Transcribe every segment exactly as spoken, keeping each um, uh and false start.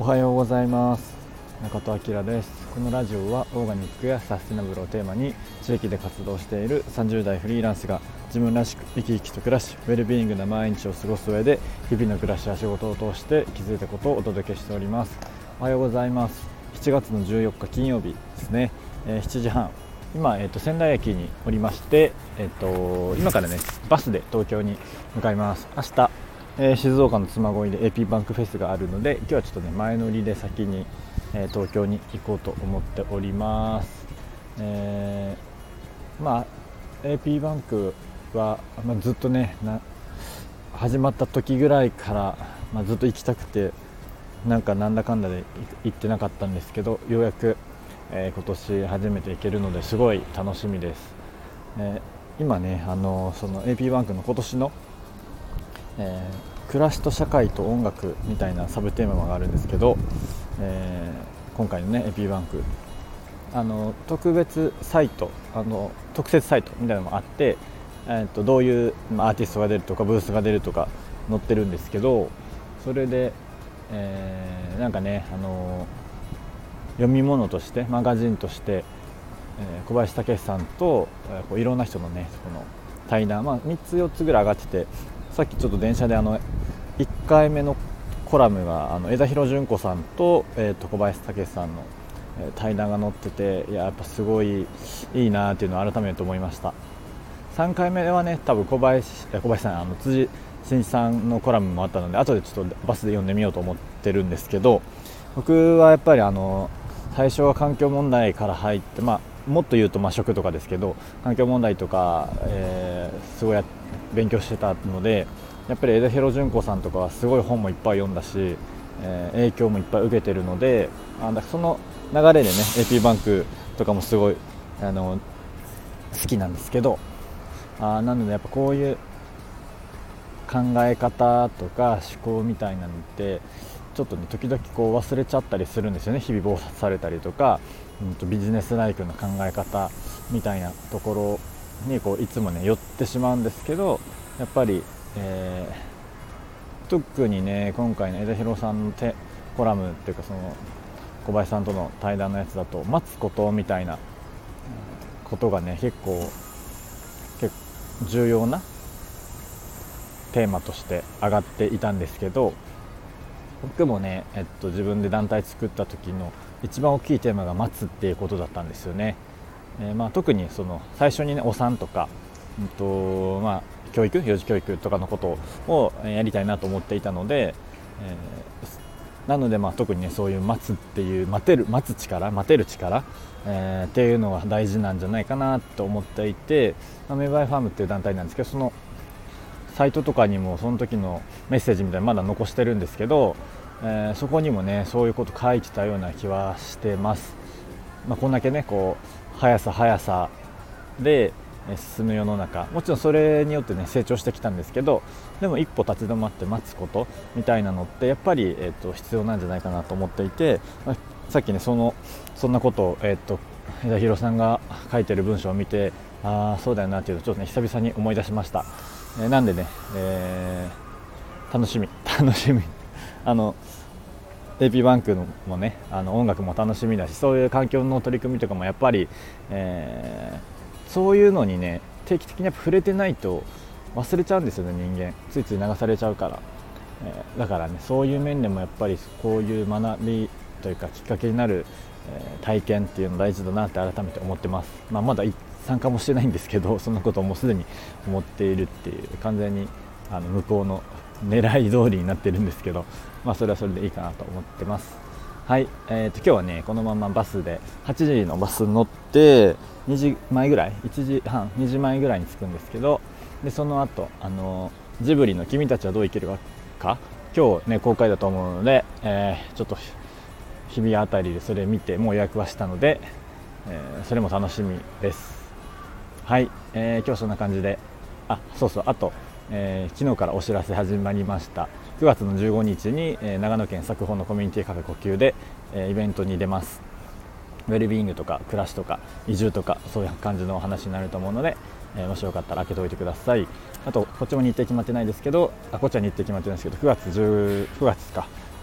おはようございます。中戸明です。このラジオはオーガニックやサステナブルをテーマに地域で活動しているさんじゅう代フリーランスが自分らしく生き生きと暮らし、ウェルビーイングな毎日を過ごす上で日々の暮らしや仕事を通して気づいたことをお届けしております。おはようございます。しちがつのじゅうよっか金曜日ですね、えー、しちじはん、今、えー、と仙台駅におりまして、えー、と今からねバスで東京に向かいます。明日えー、静岡の妻恋で エーピー バンクフェスがあるので、今日はちょっとね前乗りで先に、えー、東京に行こうと思っております。えー、まあ エーピー バンクは、まあ、ずっとねな始まった時ぐらいから、まあ、ずっと行きたくてなんかなんだかんだで行ってなかったんですけど、ようやく、えー、今年初めて行けるのですごい楽しみです。えー、今ねあのその エーピー バンクの今年のえー、暮らしと社会と音楽みたいなサブテーマがあるんですけど、えー、今回のね エーピー バンクあの特別サイトあの特設サイトみたいなのもあって、えー、とどういう、まあ、アーティストが出るとかブースが出るとか載ってるんですけど、それで、えー、なんかねあの読み物としてマガジンとして、えー、小林武史さんと、えー、こういろんな人のねこの対談、まあ、みっつよっつぐらい上がってて、さっきちょっと電車であのいっかいめのコラムがあの枝広純子さんと、えー、と小林武史さんの、えー、対談が載ってて、いや、やっぱすごいいいなっていうのを改めて思いました。さんかいめはね多分小林小林さんあの辻真一さんのコラムもあったので、後でちょっとバスで読んでみようと思ってるんですけど、僕はやっぱりあの最初は環境問題から入って、まあ、もっと言うとまあ食とかですけど、環境問題とか、えー、すごい勉強してたので、やっぱり枝広純子さんとかはすごい本もいっぱい読んだし、えー、影響もいっぱい受けてるので、あだその流れでね エーピー バンクとかもすごいあの好きなんですけど、あなのでやっぱこういう考え方とか思考みたいなのってちょっとね時々こう忘れちゃったりするんですよね。日々忙殺されたりとか、うんとビジネスライクの考え方みたいなところにこういつもね寄ってしまうんですけど、やっぱり、えー、特にね今回の枝広さんのテコラムっていうかその小林さんとの対談のやつだと待つことみたいなことがね結構結構重要なテーマとして上がっていたんですけど、僕もね、えっと、自分で団体作った時の一番大きいテーマが待つっていうことだったんですよね。えーまあ、特にその最初にねお産とか、うんとまあ、教育幼児教育とかのことをやりたいなと思っていたので、えー、なのでまあ特にねそういう待つっていう待てる待つ力待てる力、えー、っていうのが大事なんじゃないかなと思っていて、まあ、メバイファームっていう団体なんですけど、そのサイトとかにもその時のメッセージみたいなのまだ残してるんですけど、えー、そこにもねそういうこと書いてたような気はしてます。まあ、こんだけねこう速さ速さで進む世の中、もちろんそれによってね成長してきたんですけど、でも一歩立ち止まって待つことみたいなのってやっぱり、えー、と必要なんじゃないかなと思っていて、まあ、さっきねそのそんなことを、えー、と枝広さんが書いてる文章を見て、ああそうだよなっていうのをちょっとね久々に思い出しました。えー、なんでね、えー、楽しみ楽しみあの エーピー バンクのもねあの音楽も楽しみだし、そういう環境の取り組みとかもやっぱり、えー、そういうのにね定期的にやっぱ触れてないと忘れちゃうんですよね、人間ついつい流されちゃうから、えー、だからねそういう面でもやっぱりこういう学びというかきっかけになる、えー、体験っていうの大事だなって改めて思ってます。まあ、まだ参加もしてないんですけど、そんなことをもうすでに思っているっていう、完全にあの向こうの狙い通りになってるんですけど、まあ、それはそれでいいかなと思ってます。はい、えー、と今日はねこのままバスではちじのバスに乗ってにじまえぐらいいちじはんにじまえぐらいに着くんですけど、でその後あのジブリの君たちはどう生きるか今日ね公開だと思うので、えー、ちょっと日比谷あたりでそれ見てもう予約はしたので、えー、それも楽しみです。はい、えー、今日そんな感じで、あそうそうあと、えー、昨日からお知らせ始まりました。くがつのじゅうごにちに、えー、長野県佐久穂のコミュニティカフェ呼吸で、えー、イベントに出ます。ウェルビーイングとか暮らしとか移住とかそういう感じのお話になると思うので、えー、もしよかったら開けておいてください。あとこっちも日程決まってないですけど、あこっちは日程決まってないですけどくがつじゅうくがつか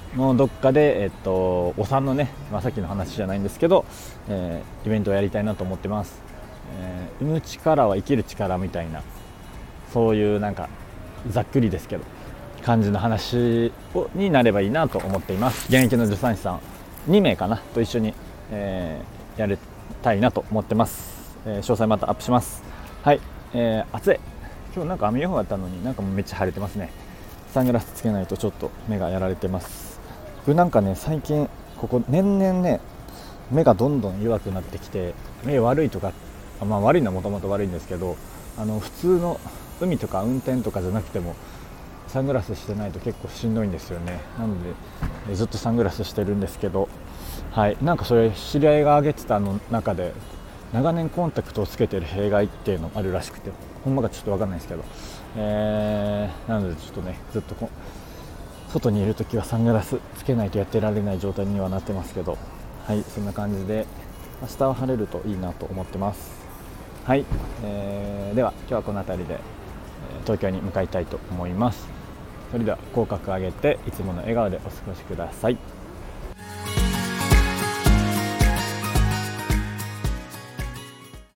のどっかで、えっと、お産のね、まあ、さっきの話じゃないんですけど、えー、イベントをやりたいなと思ってます、えー、産む力は生きる力みたいな、そういうなんかざっくりですけど感じの話をになればいいなと思っています。現役の助産師さんにめいかなと一緒に、えー、やりたいなと思ってます、えー、詳細またアップします。はい、えー、暑い。今日なんか雨予報だったのになんかもうめっちゃ晴れてますね。サングラスつけないとちょっと目がやられてます。僕なんかね最近ここ年々ね目がどんどん弱くなってきて、目悪いとか、まあ悪いのはもともと悪いんですけど、あの普通の海とか運転とかじゃなくてもサングラスしてないと結構しんどいんですよね。なのでずっとサングラスしてるんですけど、はい、なんかそれ知り合いが挙げてたの中で長年コンタクトをつけてる弊害っていうのがあるらしくて、ほんまかちょっと分かんないですけど、えー、なのでちょっとねずっとこ外にいるときはサングラスつけないとやってられない状態にはなってますけど、はい、そんな感じで明日は晴れるといいなと思ってます。はい、えー、では今日はこの辺りで東京に向かいたいと思います。それでは口角上げていつもの笑顔でお過ごしください。